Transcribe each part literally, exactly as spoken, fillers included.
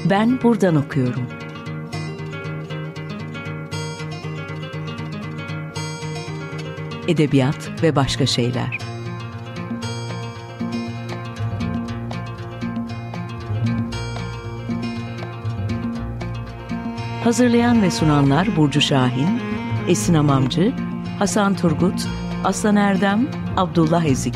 Ben buradan okuyorum. Edebiyat ve başka şeyler. Hazırlayan ve sunanlar Burcu Şahin, Esin Amamcı, Hasan Turgut, Aslan Erdem, Abdullah Ezik.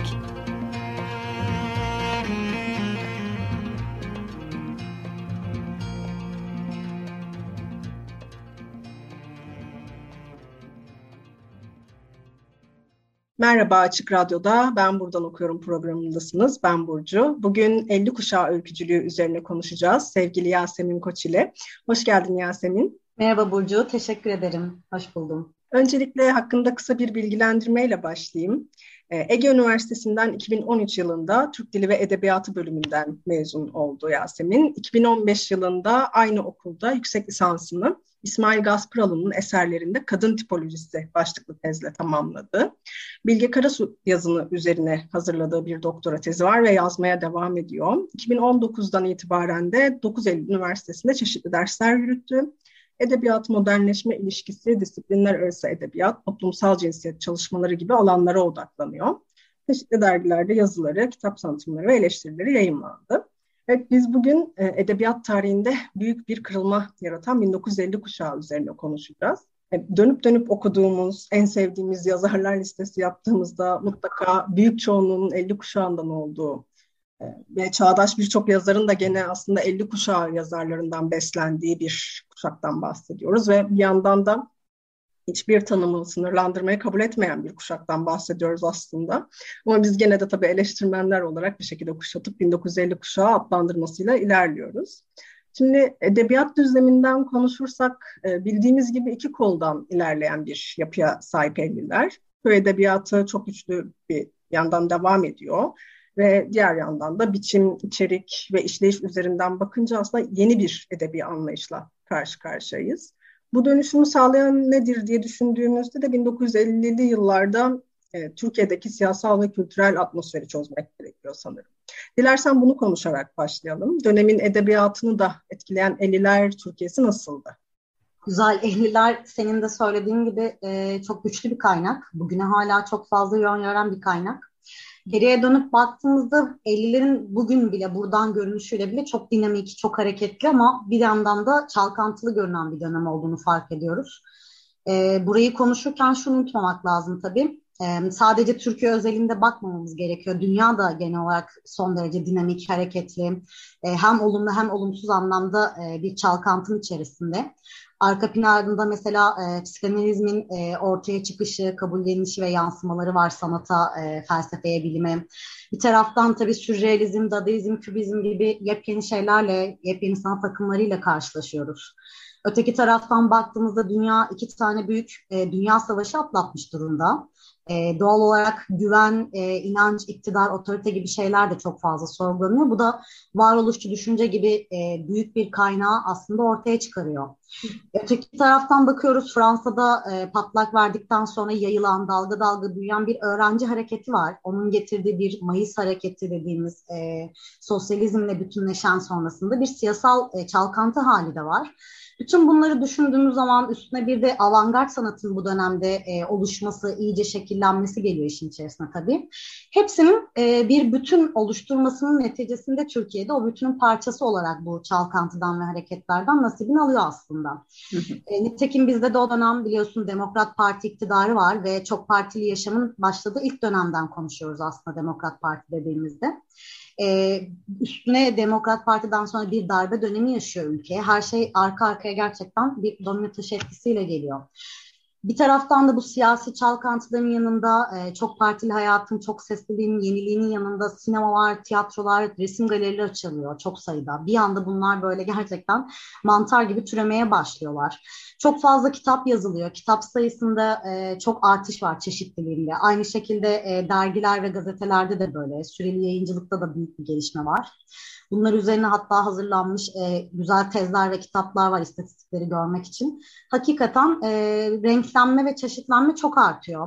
Merhaba Açık Radyo'da Ben Buradan Okuyorum programındasınız. Ben Burcu. Bugün elli kuşağı öykücülüğü üzerine konuşacağız sevgili Yasemin Koç ile. Hoş geldin Yasemin. Merhaba Burcu, teşekkür ederim. Hoş buldum. Öncelikle hakkında kısa bir bilgilendirmeyle başlayayım. Ege Üniversitesi'nden iki bin on üç yılında Türk Dili ve Edebiyatı bölümünden mezun oldu Yasemin. iki bin on beş yılında aynı okulda yüksek lisansını İsmail Gaspıralı'nın eserlerinde kadın tipolojisi başlıklı tezle tamamladı. Bilge Karasu yazını üzerine hazırladığı bir doktora tezi var ve yazmaya devam ediyor. iki bin on dokuzdan itibaren de dokuz Eylül Üniversitesi'nde çeşitli dersler yürüttü. Edebiyat, modernleşme ilişkisi, disiplinler arası edebiyat, toplumsal cinsiyet çalışmaları gibi alanlara odaklanıyor. Çeşitli dergilerde yazıları, kitap tanıtımları ve eleştirileri yayımlandı. Evet, biz bugün e, edebiyat tarihinde büyük bir kırılma yaratan bin dokuz yüz elli kuşağı üzerine konuşacağız. E, dönüp dönüp okuduğumuz, en sevdiğimiz yazarlar listesi yaptığımızda mutlaka büyük çoğunluğunun elli kuşağından olduğu e, ve çağdaş birçok yazarın da gene aslında elli kuşağı yazarlarından beslendiği bir kuşaktan bahsediyoruz ve bir yandan da hiçbir tanımı sınırlandırmayı kabul etmeyen bir kuşaktan bahsediyoruz aslında. Ama biz gene de tabii eleştirmenler olarak bir şekilde kuşatıp bin dokuz yüz elli kuşağı adlandırmasıyla ilerliyoruz. Şimdi edebiyat düzleminden konuşursak bildiğimiz gibi iki koldan ilerleyen bir yapıya sahip elliler. Köy edebiyatı çok güçlü bir yandan devam ediyor ve diğer yandan da biçim, içerik ve işleyiş üzerinden bakınca aslında yeni bir edebi anlayışla karşı karşıyayız. Bu dönüşümü sağlayan nedir diye düşündüğümüzde de bin dokuz yüz ellili yıllarda e, Türkiye'deki siyasal ve kültürel atmosferi çözmek gerekiyor sanırım. Dilersen bunu konuşarak başlayalım. Dönemin edebiyatını da etkileyen elliler Türkiye'si nasıldı? Güzel, elliler senin de söylediğin gibi e, çok güçlü bir kaynak. Bugüne hala çok fazla yön veren bir kaynak. Geriye dönüp baktığımızda ellilerin bugün bile buradan görünüşüyle bile çok dinamik, çok hareketli ama bir yandan da çalkantılı görünen bir dönem olduğunu fark ediyoruz. Ee, burayı konuşurken şunu unutmamak lazım tabii. Ee, sadece Türkiye özelinde bakmamamız gerekiyor. Dünya da genel olarak son derece dinamik, hareketli, e, hem olumlu hem olumsuz anlamda e, bir çalkantının içerisinde. Arka planında mesela e, psikanalizmin e, ortaya çıkışı, kabullenişi ve yansımaları var sanata, e, felsefeye, bilime. Bir taraftan tabii sürrealizm, dadaizm, kübizm gibi yepyeni şeylerle, yepyeni sanat akımlarıyla karşılaşıyoruz. Öteki taraftan baktığımızda dünya iki tane büyük e, dünya savaşı atlatmış durumda. E, doğal olarak güven, e, inanç, iktidar, otorite gibi şeyler de çok fazla sorgulanıyor. Bu da varoluşçu düşünce gibi e, büyük bir kaynağı aslında ortaya çıkarıyor. Öteki taraftan bakıyoruz, Fransa'da e, patlak verdikten sonra yayılan, dalga dalga büyüyen bir öğrenci hareketi var. Onun getirdiği bir Mayıs hareketi dediğimiz e, sosyalizmle bütünleşen sonrasında bir siyasal e, çalkantı hali de var. Bütün bunları düşündüğümüz zaman üstüne bir de avantgard sanatın bu dönemde e, oluşması, iyice şekillenmesi geliyor işin içerisine tabii. Hepsinin e, bir bütün oluşturmasının neticesinde Türkiye'de o bütünün parçası olarak bu çalkantıdan ve hareketlerden nasibini alıyor aslında. e, nitekim bizde de o dönem biliyorsun Demokrat Parti iktidarı var ve çok partili yaşamın başladığı ilk dönemden konuşuyoruz aslında Demokrat Parti dediğimizde. Ee, üstüne Demokrat Parti'den sonra bir darbe dönemi yaşıyor ülke. Her şey arka arkaya gerçekten bir domino taşı etkisiyle geliyor. Bir taraftan da bu siyasi çalkantıların yanında e, çok partili hayatın, çok sesliliğin, yeniliğinin yanında sinemalar, tiyatrolar, resim galerileri açılıyor çok sayıda. Bir anda bunlar böyle gerçekten mantar gibi türemeye başlıyorlar. Çok fazla kitap yazılıyor. Kitap sayısında e, çok artış var çeşitliliğinde. Aynı şekilde e, dergiler ve gazetelerde de böyle. Süreli yayıncılıkta da büyük bir gelişme var. Bunlar üzerine hatta hazırlanmış e, güzel tezler ve kitaplar var istatistikleri görmek için. Hakikaten e, renklenme ve çeşitlenme çok artıyor.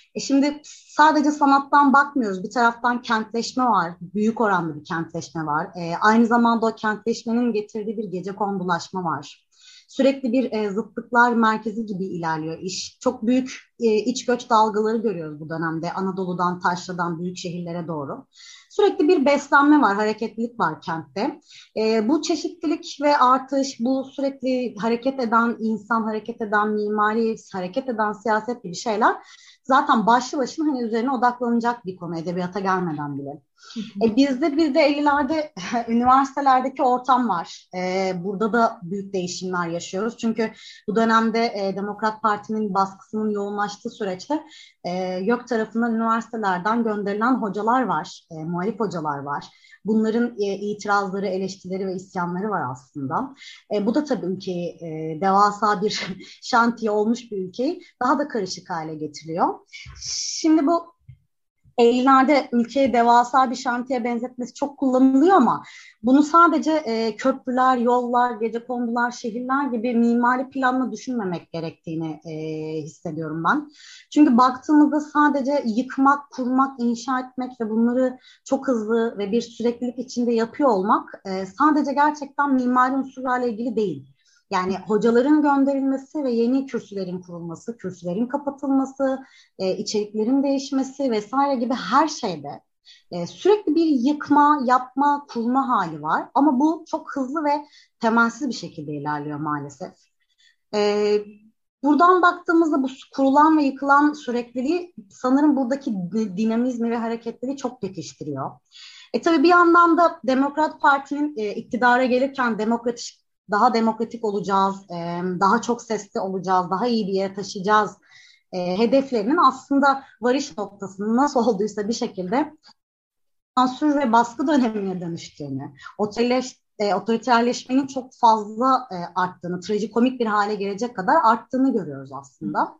E şimdi sadece sanattan bakmıyoruz. Bir taraftan kentleşme var. Büyük oranda bir kentleşme var. E, aynı zamanda o kentleşmenin getirdiği bir gecekondulaşma var. Sürekli bir e, zıtlıklar merkezi gibi ilerliyor iş. Çok büyük e, iç göç dalgaları görüyoruz bu dönemde. Anadolu'dan, taşradan büyük şehirlere doğru. Sürekli bir beslenme var, hareketlilik var kentte. E, bu çeşitlilik ve artış, bu sürekli hareket eden insan, hareket eden mimari, hareket eden siyaset gibi şeyler zaten başlı başına hani üzerine odaklanacak bir konu edebiyata gelmeden bile. E bizde bizde ellilerde üniversitelerdeki ortam var. E, burada da büyük değişimler yaşıyoruz. Çünkü bu dönemde e, Demokrat Parti'nin baskısının yoğunlaştığı süreçte e, YÖK tarafından üniversitelerden gönderilen hocalar var. E, muhalif hocalar var. Bunların e, itirazları, eleştirileri ve isyanları var aslında. E, bu da tabii ülkeyi e, devasa bir şantiye olmuş bir ülkeyi daha da karışık hale getiriyor. Şimdi bu ellilerde ülkeye devasa bir şantiye benzetmesi çok kullanılıyor ama bunu sadece e, köprüler, yollar, gecekondular, şehirler gibi mimari planla düşünmemek gerektiğini e, hissediyorum ben. Çünkü baktığımızda sadece yıkmak, kurmak, inşa etmek ve bunları çok hızlı ve bir süreklilik içinde yapıyor olmak e, sadece gerçekten mimari unsurlarla ilgili değil. Yani hocaların gönderilmesi ve yeni kürsülerin kurulması, kürsülerin kapatılması, e, içeriklerin değişmesi vesaire gibi her şeyde e, sürekli bir yıkma, yapma, kurma hali var. Ama bu çok hızlı ve temelsiz bir şekilde ilerliyor maalesef. E, buradan baktığımızda bu kurulan ve yıkılan sürekliliği sanırım buradaki dinamizmi ve hareketleri çok pekiştiriyor. E tabii bir yandan da Demokrat Parti'nin e, iktidara gelirken demokratik daha demokratik olacağız, daha çok sesli olacağız, daha iyi bir yere taşıyacağız hedeflerinin aslında varış noktasının nasıl olduysa bir şekilde sansür ve baskı dönemine dönüştüğünü, otoriterleşmenin çok fazla arttığını, trajikomik bir hale gelecek kadar arttığını görüyoruz aslında.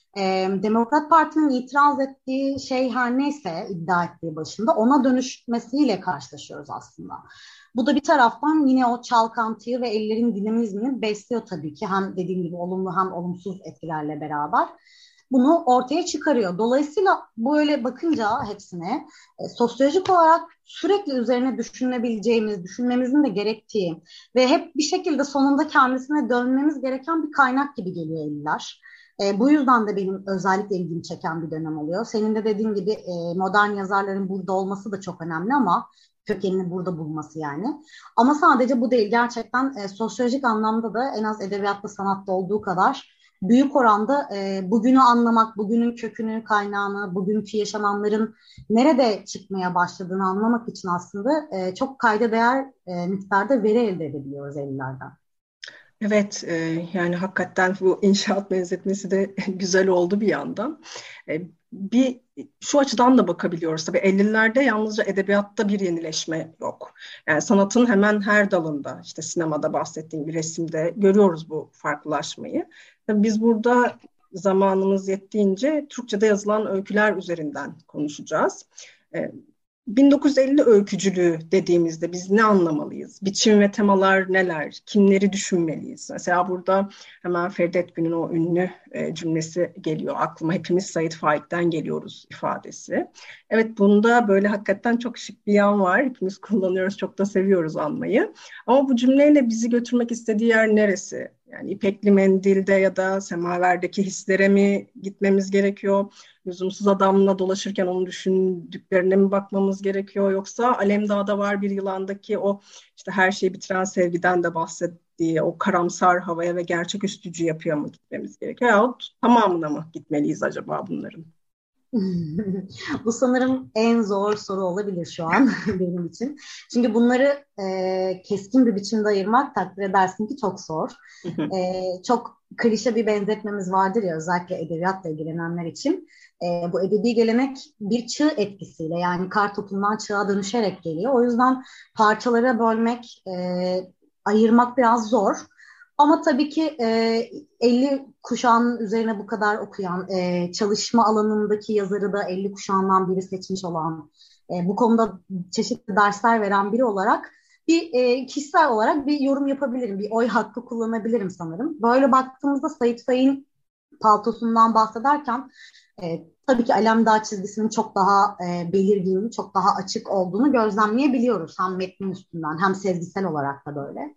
Demokrat Parti'nin itiraz ettiği şey her neyse iddia ettiği başında ona dönüşmesiyle karşılaşıyoruz aslında. Bu da bir taraftan yine o çalkantıyı ve ellerin dinamizmini besliyor tabii ki. Hem dediğim gibi olumlu hem olumsuz etkilerle beraber bunu ortaya çıkarıyor. Dolayısıyla böyle bakınca hepsine e, sosyolojik olarak sürekli üzerine düşünebileceğimiz, düşünmemizin de gerektiği ve hep bir şekilde sonunda kendisine dönmemiz gereken bir kaynak gibi geliyor eller. E, bu yüzden de benim özellikle ilgimi çeken bir dönem oluyor. Senin de dediğin gibi e, modern yazarların burada olması da çok önemli ama kökenini burada bulması yani. Ama sadece bu değil. Gerçekten e, sosyolojik anlamda da en az edebiyatta, sanatta olduğu kadar büyük oranda e, bugünü anlamak, bugünün kökünü, kaynağını, bugünkü yaşananların nerede çıkmaya başladığını anlamak için aslında e, çok kayda değer e, miktarda veri elde edebiliyoruz ellerden. Evet, e, yani hakikaten bu inşaat benzetmesi de güzel oldu bir yandan. E, bir şu açıdan da bakabiliyoruz. Tabii ellilerde yalnızca edebiyatta bir yenileşme yok. Yani sanatın hemen her dalında, işte sinemada bahsettiğim bir resimde görüyoruz bu farklılaşmayı. Tabii biz burada zamanımız yettiğince Türkçe'de yazılan öyküler üzerinden konuşacağız. E, bin dokuz yüz elli öykücülüğü dediğimizde biz ne anlamalıyız? Biçim ve temalar neler? Kimleri düşünmeliyiz? Mesela burada hemen Feride Etgün'ün o ünlü e, cümlesi geliyor aklıma. Hepimiz Sait Faik'ten geliyoruz ifadesi. Evet, bunda böyle hakikaten çok şık bir yan var. Hepimiz kullanıyoruz, çok da seviyoruz anmayı. Ama bu cümleyle bizi götürmek istediği yer neresi? Yani İpekli Mendil'de ya da Semaver'deki hislere mi gitmemiz gerekiyor? Lüzumsuz adamla dolaşırken onun düşündüklerine mi bakmamız gerekiyor? Yoksa Alemdağ'da var bir yılandaki o işte her şeyi bitiren sevgiden de bahsettiği o karamsar havaya ve gerçeküstücü yapıya mı gitmemiz gerekiyor? Yahut tamamına mı gitmeliyiz acaba bunların? Bu sanırım en zor soru olabilir şu an benim için. Çünkü bunları e, keskin bir biçimde ayırmak takdir edersin ki çok zor. e, çok klişe bir benzetmemiz vardır ya özellikle edebiyatla ilgilenenler için. E, bu edebi gelenek bir çığ etkisiyle yani kar topundan çığa dönüşerek geliyor. O yüzden parçalara bölmek, e, ayırmak biraz zor. Ama tabii ki e, elli kuşağının üzerine bu kadar okuyan, e, çalışma alanındaki yazarı da elli kuşağından biri seçmiş olan, e, bu konuda çeşitli dersler veren biri olarak bir e, kişisel olarak bir yorum yapabilirim, bir oy hakkı kullanabilirim sanırım. Böyle baktığımızda Sait Faik'in paltosundan bahsederken e, tabii ki Alemdağ çizgisinin çok daha e, belirgin, çok daha açık olduğunu gözlemleyebiliyoruz. Hem metnin üstünden hem sezgisel olarak da böyle.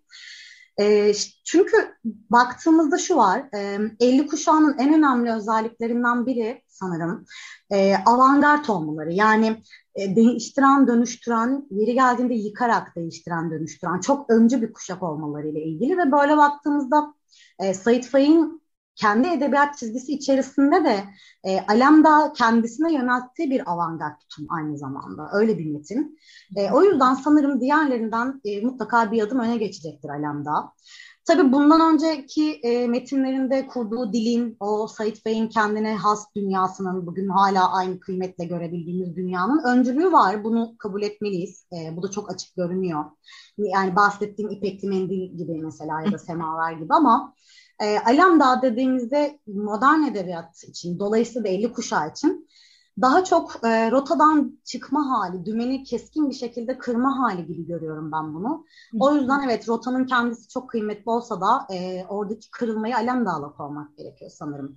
E, çünkü baktığımızda şu var, e, elli kuşağının en önemli özelliklerinden biri sanırım e, avantgard olmaları. Yani e, değiştiren, dönüştüren, yeri geldiğinde yıkarak değiştiren, dönüştüren çok öncü bir kuşak olmalarıyla ilgili ve böyle baktığımızda e, Sait Faik'in kendi edebiyat çizgisi içerisinde de e, Alemdağ kendisine yönelttiği bir avantgard tutum aynı zamanda. Öyle bir metin. E, o yüzden sanırım diğerlerinden e, mutlaka bir adım öne geçecektir Alemdağ. Tabii bundan önceki e, metinlerinde kurduğu dilin, o Sait Faik'in kendine has dünyasının, bugün hala aynı kıymetle görebildiğimiz dünyanın öncülüğü var. Bunu kabul etmeliyiz. E, bu da çok açık görünüyor. Yani bahsettiğim İpekli Mendil gibi mesela ya da Semaver gibi ama e, Alemdağ dediğimizde modern edebiyat için, dolayısıyla elli kuşağı için daha çok e, rotadan çıkma hali, dümeni keskin bir şekilde kırma hali gibi görüyorum ben bunu. O yüzden evet, rotanın kendisi çok kıymetli olsa da e, oradaki kırılmayı Alemdağ'la koymak gerekiyor sanırım.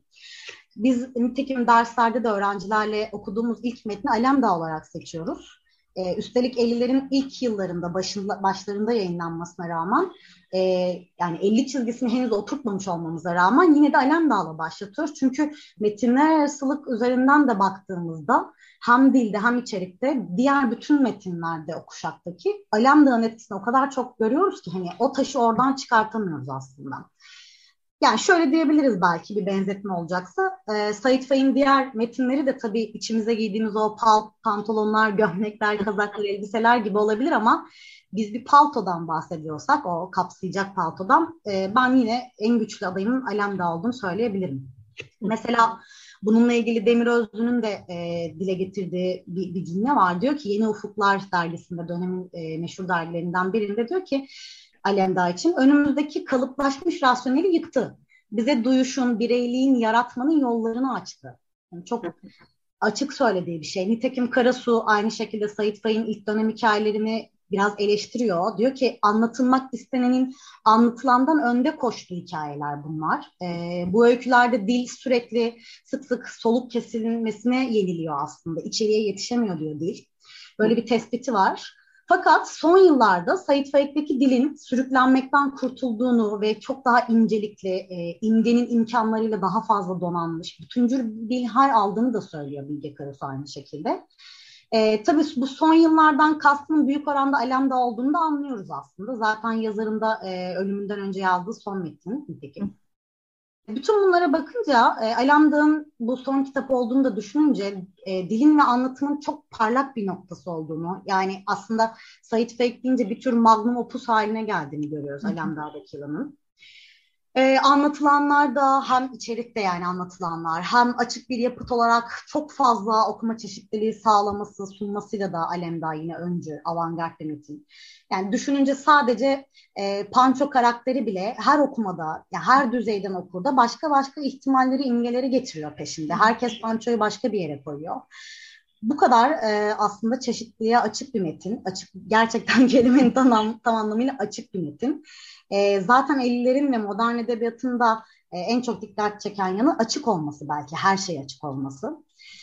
Biz nitekim derslerde de öğrencilerle okuduğumuz ilk metni Alemdağ olarak seçiyoruz. E, üstelik ellilerin ilk yıllarında, başında, başlarında yayınlanmasına rağmen, e, yani elli çizgisini henüz oturtmamış olmamıza rağmen yine de Alemdağ'la başlatıyoruz. Çünkü metinler arasılık üzerinden de baktığımızda hem dilde hem içerikte diğer bütün metinlerde o kuşaktaki Alemdağ'ın etkisini o kadar çok görüyoruz ki hani o taşı oradan çıkartamıyoruz aslında. Yani şöyle diyebiliriz, belki bir benzetme olacaksa. E, Sait Faik'in diğer metinleri de tabii içimize giydiğimiz o pal, pantolonlar, gömlekler, kazaklar, elbiseler gibi olabilir ama biz bir paltodan bahsediyorsak, o kapsayacak paltodan, e, ben yine en güçlü adayımın Alemdağ olduğunu söyleyebilirim. Mesela bununla ilgili Demir Özlü'nün de e, dile getirdiği bir, bir cümle var. Diyor ki Yeni Ufuklar dergisinde, dönemin e, meşhur dergilerinden birinde, diyor ki Alemdağ için önümüzdeki kalıplaşmış rasyoneli yıktı. Bize duyuşun, bireyliğin, yaratmanın yollarını açtı. Yani çok açık söylediği bir şey. Nitekim Karasu aynı şekilde Sait Faik'in ilk dönem hikayelerini biraz eleştiriyor. Diyor ki anlatılmak istenenin anlatılandan önde koştuğu hikayeler bunlar. Ee, bu öykülerde dil sürekli sık sık soluk kesilmesine yeniliyor aslında. İçeriye yetişemiyor diyor dil. Böyle bir tespiti var. Fakat son yıllarda Sait Faik'teki dilin sürüklenmekten kurtulduğunu ve çok daha incelikli, e, imgenin imkanlarıyla daha fazla donanmış, bütüncül bir hal aldığını da söylüyor Bilge Karasu aynı şekilde. E, tabii bu son yıllardan kastının büyük oranda Alemdağ olduğunu da anlıyoruz aslında. Zaten yazarın da e, ölümünden önce yazdığı son metin nitekim. Bütün bunlara bakınca e, Alemdağ'ın bu son kitap olduğunu da düşününce e, dilin ve anlatımın çok parlak bir noktası olduğunu, yani aslında Sait Faik deyince bir tür magnum opus haline geldiğini görüyoruz Alemdağ'daki yılının. Ee, anlatılanlar da hem içerikte, yani anlatılanlar hem açık bir yapıt olarak çok fazla okuma çeşitliliği sağlaması, sunmasıyla da Alemdağ yine öncü, avantgard bir metin. Yani düşününce sadece e, Panço karakteri bile her okumada, yani her düzeyden okurda başka başka ihtimalleri, imgeleri getiriyor peşinde. Herkes Panço'yu başka bir yere koyuyor. Bu kadar e, aslında çeşitliliğe açık bir metin. Açık, gerçekten kelimenin tam, tam anlamıyla açık bir metin. E, zaten ellilerin ve modern edebiyatında e, en çok dikkat çeken yanı açık olması, belki her şey açık olması.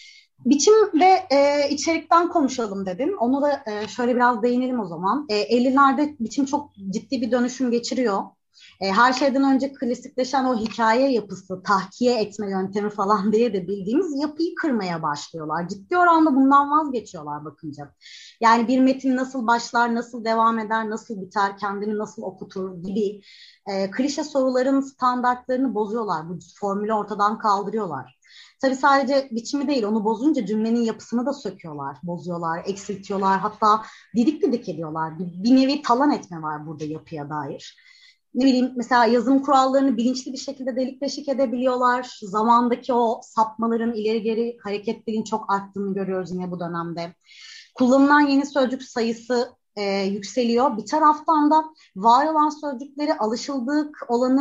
Biçim ve e, içerikten konuşalım dedim. Onu da e, şöyle biraz değinelim o zaman. E, ellilerde biçim çok ciddi bir dönüşüm geçiriyor. E, her şeyden önce klasikleşen o hikaye yapısı, tahkiye etme yöntemi falan diye de bildiğimiz yapıyı kırmaya başlıyorlar. Ciddi oranda bundan vazgeçiyorlar bakınca. Yani bir metin nasıl başlar, nasıl devam eder, nasıl biter, kendini nasıl okutur gibi e, klişe soruların standartlarını bozuyorlar. Bu formülü ortadan kaldırıyorlar. Tabii sadece biçimi değil, onu bozunca cümlenin yapısını da söküyorlar, bozuyorlar, eksiltiyorlar. Hatta didik didik ediyorlar. Bir, bir nevi talan etme var burada yapıya dair. Ne bileyim, mesela yazım kurallarını bilinçli bir şekilde delik deşik edebiliyorlar. Zamandaki o sapmaların, ileri geri hareketliliğin çok arttığını görüyoruz yine bu dönemde. Kullanılan yeni sözcük sayısı e, yükseliyor. Bir taraftan da var olan sözcükleri alışıldık olanın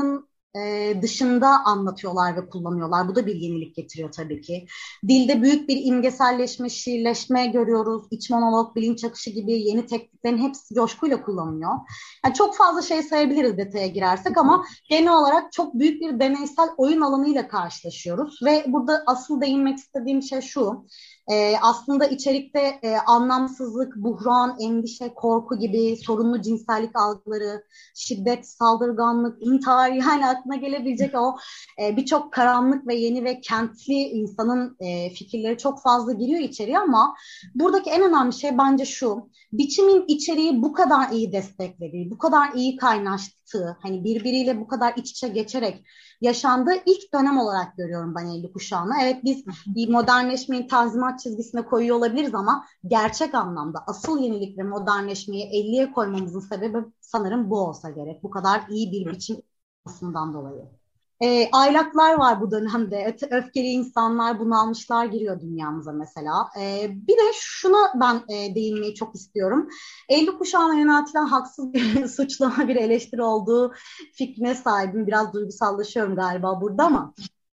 e, dışında anlatıyorlar ve kullanıyorlar. Bu da bir yenilik getiriyor tabii ki. Dilde büyük bir imgeselleşme, şiirleşme görüyoruz. İç monolog, bilinç akışı gibi yeni tekniklerin hepsi coşkuyla kullanılıyor. Yani çok fazla şey sayabiliriz detaya girersek ama genel olarak çok büyük bir deneysel oyun alanıyla karşılaşıyoruz. Ve burada asıl değinmek istediğim şey şu. Ee, aslında içerikte e, anlamsızlık, buhran, endişe, korku gibi sorunlu cinsellik algıları, şiddet, saldırganlık, intihar, yani aklına gelebilecek o e, birçok karanlık ve yeni ve kentli insanın e, fikirleri çok fazla giriyor içeriye ama buradaki en önemli şey bence şu: biçimin içeriği bu kadar iyi desteklediği, bu kadar iyi kaynaştığı, hani birbiriyle bu kadar iç içe geçerek yaşandığı ilk dönem olarak görüyorum ben elli kuşağını. Evet, biz bir modernleşmeyi tanzimat çizgisine koyuyor olabiliriz ama gerçek anlamda asıl yenilik ve modernleşmeyi elliye koymamızın sebebi sanırım bu olsa gerek. Bu kadar iyi bir biçim olmasından dolayı. E, aylaklar var bu dönemde. Öte, öfkeli insanlar, bunalmışlar giriyor dünyamıza mesela. E, bir de şuna ben e, değinmeyi çok istiyorum. elli kuşağına yöneltilen haksız bir suçlama, bir eleştiri olduğu fikrine sahibim. Biraz duygusallaşıyorum galiba burada ama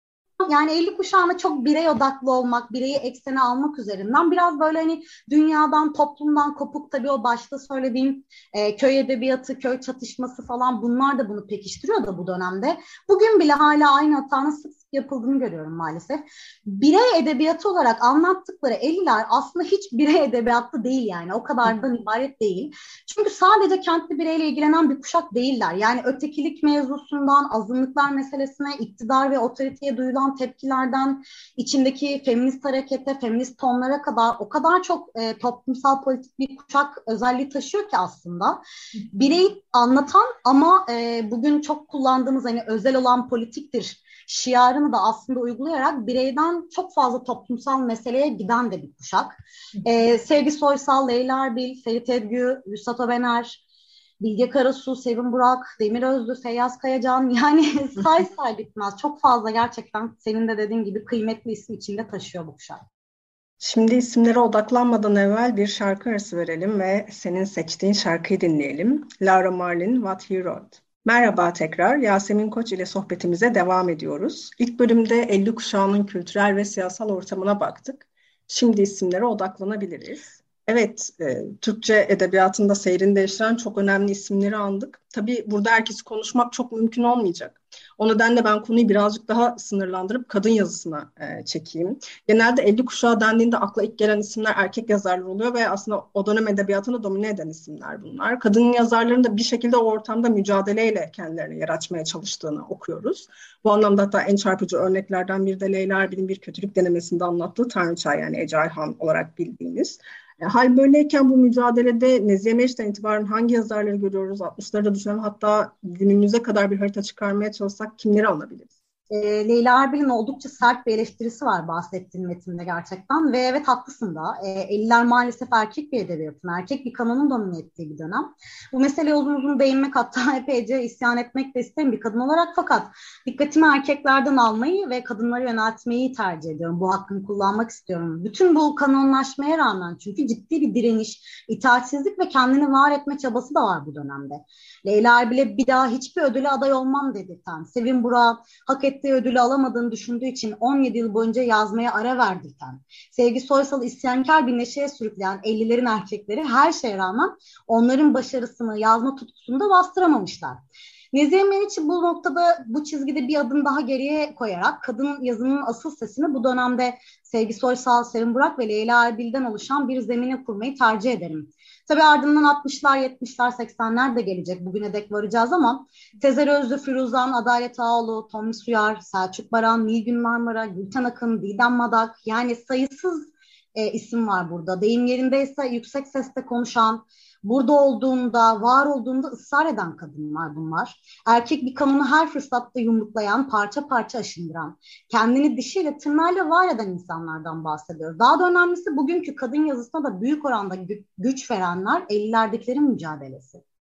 yani elli kuşağına çok birey odaklı olmak, bireyi eksene almak üzerinden biraz böyle hani dünyadan, toplumdan kopuk, tabii o başta söylediğim e, köy edebiyatı, köy çatışması falan, bunlar da bunu pekiştiriyor da bu dönemde. Bugün bile hala aynı hatanın sık sık yapıldığını görüyorum maalesef. Birey edebiyatı olarak anlattıkları elliler aslında hiç birey edebiyatı değil, yani o kadardan ibaret değil. Çünkü sadece kentli bireyle ilgilenen bir kuşak değiller. Yani ötekilik mevzusundan, azınlıklar meselesine, iktidar ve otoriteye duyulan tepkilerden, içindeki feminist harekete, feminist tonlara kadar o kadar çok e, toplumsal politik bir kuşak özelliği taşıyor ki aslında. Bireyi anlatan ama e, bugün çok kullandığımız hani özel olan politiktir şiarını da aslında uygulayarak bireyden çok fazla toplumsal meseleye giden de bir kuşak. E, Sevgi Soysal, Leyla Erbil, Ferit Edgü, Vüsat Öbener, Bilge Karasu, Sevin Burak, Demir Özlü, Feyyaz Kayacan, yani say say bitmez. Çok fazla gerçekten senin de dediğin gibi kıymetli isim içinde taşıyor bu kuşak. Şimdi isimlere odaklanmadan evvel bir şarkı arası verelim ve senin seçtiğin şarkıyı dinleyelim. Laura Marlin, What He Wrote. Merhaba tekrar, Yasemin Koç ile sohbetimize devam ediyoruz. İlk bölümde elli kuşağının kültürel ve siyasal ortamına baktık. Şimdi isimlere odaklanabiliriz. Evet, e, Türkçe edebiyatında seyrini değiştiren çok önemli isimleri andık. Tabii burada herkesi konuşmak çok mümkün olmayacak. O nedenle ben konuyu birazcık daha sınırlandırıp kadın yazısına e, çekeyim. Genelde elli kuşağı dendiğinde akla ilk gelen isimler erkek yazarlar oluyor ve aslında o dönem edebiyatını domine eden isimler bunlar. Kadın yazarların da bir şekilde o ortamda mücadeleyle kendilerine yer açmaya çalıştığını okuyoruz. Bu anlamda hatta en çarpıcı örneklerden biri de Leyla Erbil'in bir kötülük denemesinde anlattığı Tanrıçay, yani Ece Ayhan olarak bildiğimiz. E, hal böyleyken bu mücadelede Nezihe Meriç'ten itibaren hangi yazarları görüyoruz? altmışlarda düşünelim, hatta günümüze kadar bir harita çıkarmaya çalışsak kimleri alabiliriz? E, Leyla Erbil'in oldukça sert bir eleştirisi var bahsettiğim metinde gerçekten ve evet, haklısın da. E, elliler maalesef erkek bir edebiyatın, erkek bir kanonun domine ettiği bir dönem. Bu meseleye uzun uzun değinmek, hatta epeyce isyan etmek de isterim bir kadın olarak, fakat dikkatimi erkeklerden almayı ve kadınları yöneltmeyi tercih ediyorum. Bu hakkımı kullanmak istiyorum. Bütün bu kanonlaşmaya rağmen, çünkü ciddi bir direniş, itaatsizlik ve kendini var etme çabası da var bu dönemde. Leyla Erbil'e bir daha hiçbir ödüle aday olmam dedirten, Sevin Burak'a hak ettiği ödülü alamadığını düşündüğü için on yedi yıl boyunca yazmaya ara verdirten, Sevgi Soysal'ı isyankar bir neşeye sürükleyen ellilerin erkekleri her şeye rağmen onların başarısını, yazma tutkusunu da bastıramamışlar. Nezihe Meriç'i bu noktada, bu çizgide bir adım daha geriye koyarak kadın yazının asıl sesini bu dönemde Sevgi Soysal, Sevin Burak ve Leyla Erbil'den oluşan bir zemine kurmayı tercih ederim. Tabii ardından altmışlar, yetmişler, seksenler de gelecek. Bugüne dek varacağız ama Tezer Özlü, Firuzan, Adalet Ağoğlu, Tomris Suyar, Selçuk Baran, Nilgün Marmara, Gülten Akın, Didem Madak, yani sayısız e, isim var burada. Deyim yerindeyse yüksek sesle konuşan, burada olduğunda, var olduğunda ısrar eden kadınlar bunlar. Erkek bir kanunu her fırsatta yumruklayan, parça parça aşındıran, kendini dişiyle tırnağıyla var eden insanlardan bahsediyoruz. Daha da önemlisi, bugünkü kadın yazısına da büyük oranda gü- güç verenler ellilerdekilerin mücadelesi.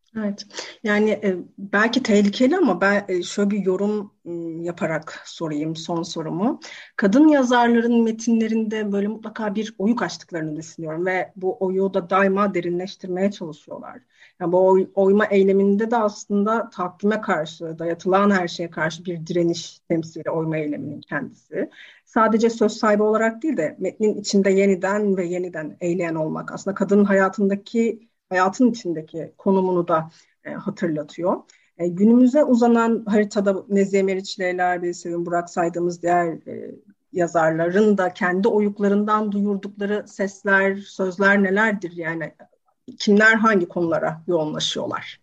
Evet, yani e, belki tehlikeli ama ben e, şöyle bir yorum m, yaparak sorayım son sorumu. Kadın yazarların metinlerinde böyle mutlaka bir oyuk açtıklarını düşünüyorum ve bu oyuğu da daima derinleştirmeye çalışıyorlar. Yani bu oy- oyma eyleminde de aslında tahakküme karşı, dayatılan her şeye karşı bir direniş temsili oyma eyleminin kendisi. Sadece söz sahibi olarak değil de metnin içinde yeniden ve yeniden eyleyen olmak aslında kadının hayatındaki hayatın içindeki konumunu da e, hatırlatıyor. E, günümüze uzanan haritada Nezihe Meriç, Leyla Erbil, Sevin Burak saydığımız diğer e, yazarların da kendi oyuklarından duyurdukları sesler, sözler nelerdir? Yani kimler hangi konulara yoğunlaşıyorlar?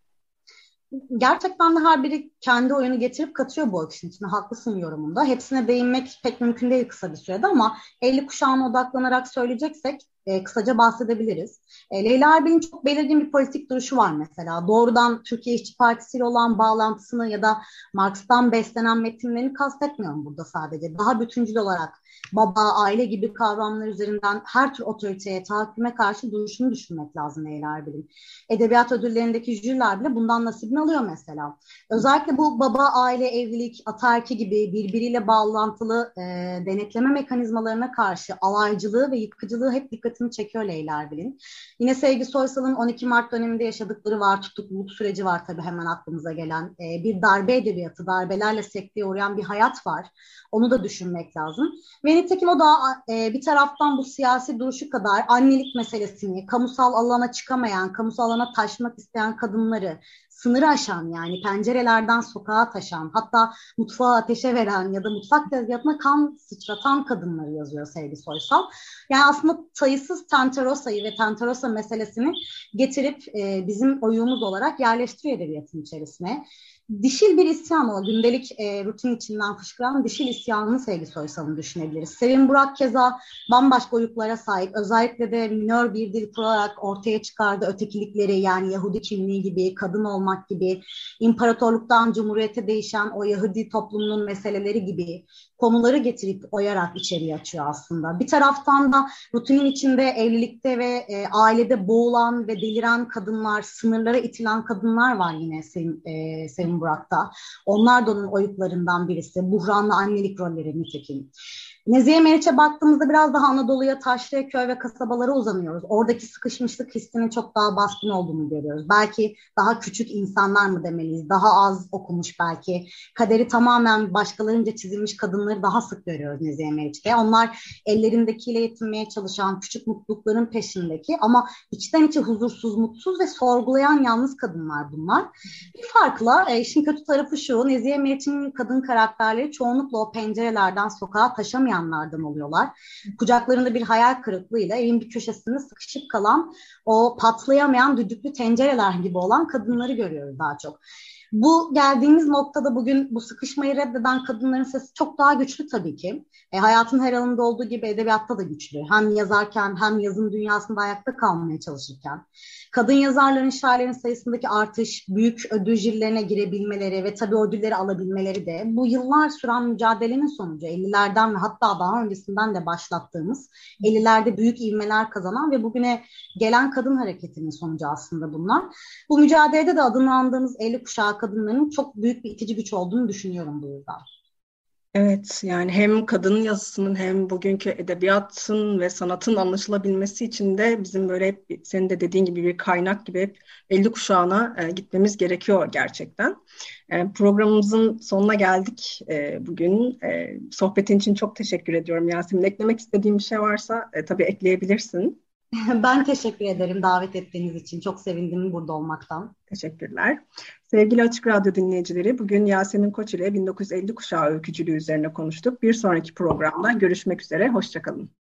Gerçekten de her biri kendi oyunu getirip katıyor bu akışın içine. Haklısın yorumunda. Hepsine değinmek pek mümkün değil kısa bir sürede ama elli kuşağına odaklanarak söyleyeceksek e, kısaca bahsedebiliriz. E, Leyla Erbil'in çok belirgin bir politik duruşu var mesela. Doğrudan Türkiye İşçi Partisi ile olan bağlantısını ya da Marx'tan beslenen metinlerini kastetmiyorum burada sadece. Daha bütüncül olarak baba, aile gibi kavramlar üzerinden her tür otoriteye, tahakküme karşı duruşunu düşünmek lazım Leyla Erbil'in. Edebiyat ödüllerindeki jüriler bile bundan nasibini alıyor mesela. Özellikle bu baba, aile, evlilik, ataerki gibi birbiriyle bağlantılı e, denetleme mekanizmalarına karşı alaycılığı ve yıkıcılığı hep dikkatimi çekiyor Leyla Erbil'in. Yine Sevgi Soysal'ın on iki Mart döneminde yaşadıkları var, tutukluluk süreci var tabii hemen aklımıza gelen. E, bir darbe edebiyatı, darbelerle sekteye uğrayan bir hayat var. Onu da düşünmek lazım. Ve nitekim o da e, bir taraftan bu siyasi duruşu kadar annelik meselesini, kamusal alana çıkamayan, kamusal alana taşmak isteyen kadınları, sınırı aşan yani pencerelerden sokağa taşan, hatta mutfağı ateşe veren ya da mutfak tezgahına kan sıçratan kadınları yazıyor Sevgi Soysal. Yani aslında sayısız Tenterosa'yı ve Tenterosa meselesini getirip e, bizim oyunumuz olarak yerleştiriyor edebiyatın içerisine. Dişil bir isyan o. Gündelik e, rutin içinden fışkıran dişil isyanını Sevgi Soysal'ını düşünebiliriz. Sevin Burak keza bambaşka oyuklara sahip. Özellikle de minör bir dil kurarak ortaya çıkardığı ötekilikleri yani Yahudi kimliği gibi, kadın olmak gibi, imparatorluktan cumhuriyete değişen o Yahudi toplumunun meseleleri gibi konuları getirip oyarak içeriye açıyor aslında. Bir taraftan da rutinin içinde evlilikte ve e, ailede boğulan ve deliren kadınlar, sınırlara itilen kadınlar var yine Sevin, e, Sevin Burak'ta. Onlar da onun oyuklarından birisi. Buhranlı annelik rolleri nitekim. Nezihe Meriç'e baktığımızda biraz daha Anadolu'ya, taşraya, köy ve kasabalara uzanıyoruz. Oradaki sıkışmışlık hissinin çok daha baskın olduğunu görüyoruz. Belki daha küçük insanlar mı demeliyiz? Daha az okumuş belki. Kaderi tamamen başkalarınca çizilmiş kadınları daha sık görüyoruz Nezihe Meriç'te. Onlar ellerindekiyle yetinmeye çalışan, küçük mutlulukların peşindeki ama içten içe huzursuz, mutsuz ve sorgulayan yalnız kadınlar bunlar. Bir farkla e, işin kötü tarafı şu, Nezihe Meriç'in kadın karakterleri çoğunlukla o pencerelerden sokağa taşamayanlardan oluyorlar. Kucaklarında bir hayal kırıklığıyla evin bir köşesinde sıkışıp kalan o patlayamayan düdüklü tencereler gibi olan kadınları görüyoruz daha çok. Bu geldiğimiz noktada bugün bu sıkışmayı reddeden kadınların sesi çok daha güçlü tabii ki. E, hayatın her alanında olduğu gibi edebiyatta da güçlü. Hem yazarken hem yazın dünyasında ayakta kalmaya çalışırken. Kadın yazarların, şairlerin sayısındaki artış, büyük ödül jürilerine girebilmeleri ve tabii ödülleri alabilmeleri de bu yıllar süren mücadelenin sonucu. ellilerden ve hatta daha öncesinden de başlattığımız, ellilerde büyük ivmeler kazanan ve bugüne gelen kadın hareketinin sonucu aslında bunlar. Bu mücadelede de adını andığımız elli kuşağı kadınların çok büyük bir itici güç olduğunu düşünüyorum bu yüzden. Evet, yani hem kadın yazısının hem bugünkü edebiyatın ve sanatın anlaşılabilmesi için de bizim böyle hep senin de dediğin gibi bir kaynak gibi hep elli kuşağına e, gitmemiz gerekiyor gerçekten. E, programımızın sonuna geldik e, bugün. E, sohbetin için çok teşekkür ediyorum Yasemin. Eklemek istediğin bir şey varsa e, tabii ekleyebilirsin. Ben teşekkür ederim davet ettiğiniz için. Çok sevindim burada olmaktan. Teşekkürler. Sevgili Açık Radyo dinleyicileri, bugün Yasemin Koç ile bin dokuz yüz elli kuşağı öykücülüğü üzerine konuştuk. Bir sonraki programda görüşmek üzere, hoşça kalın.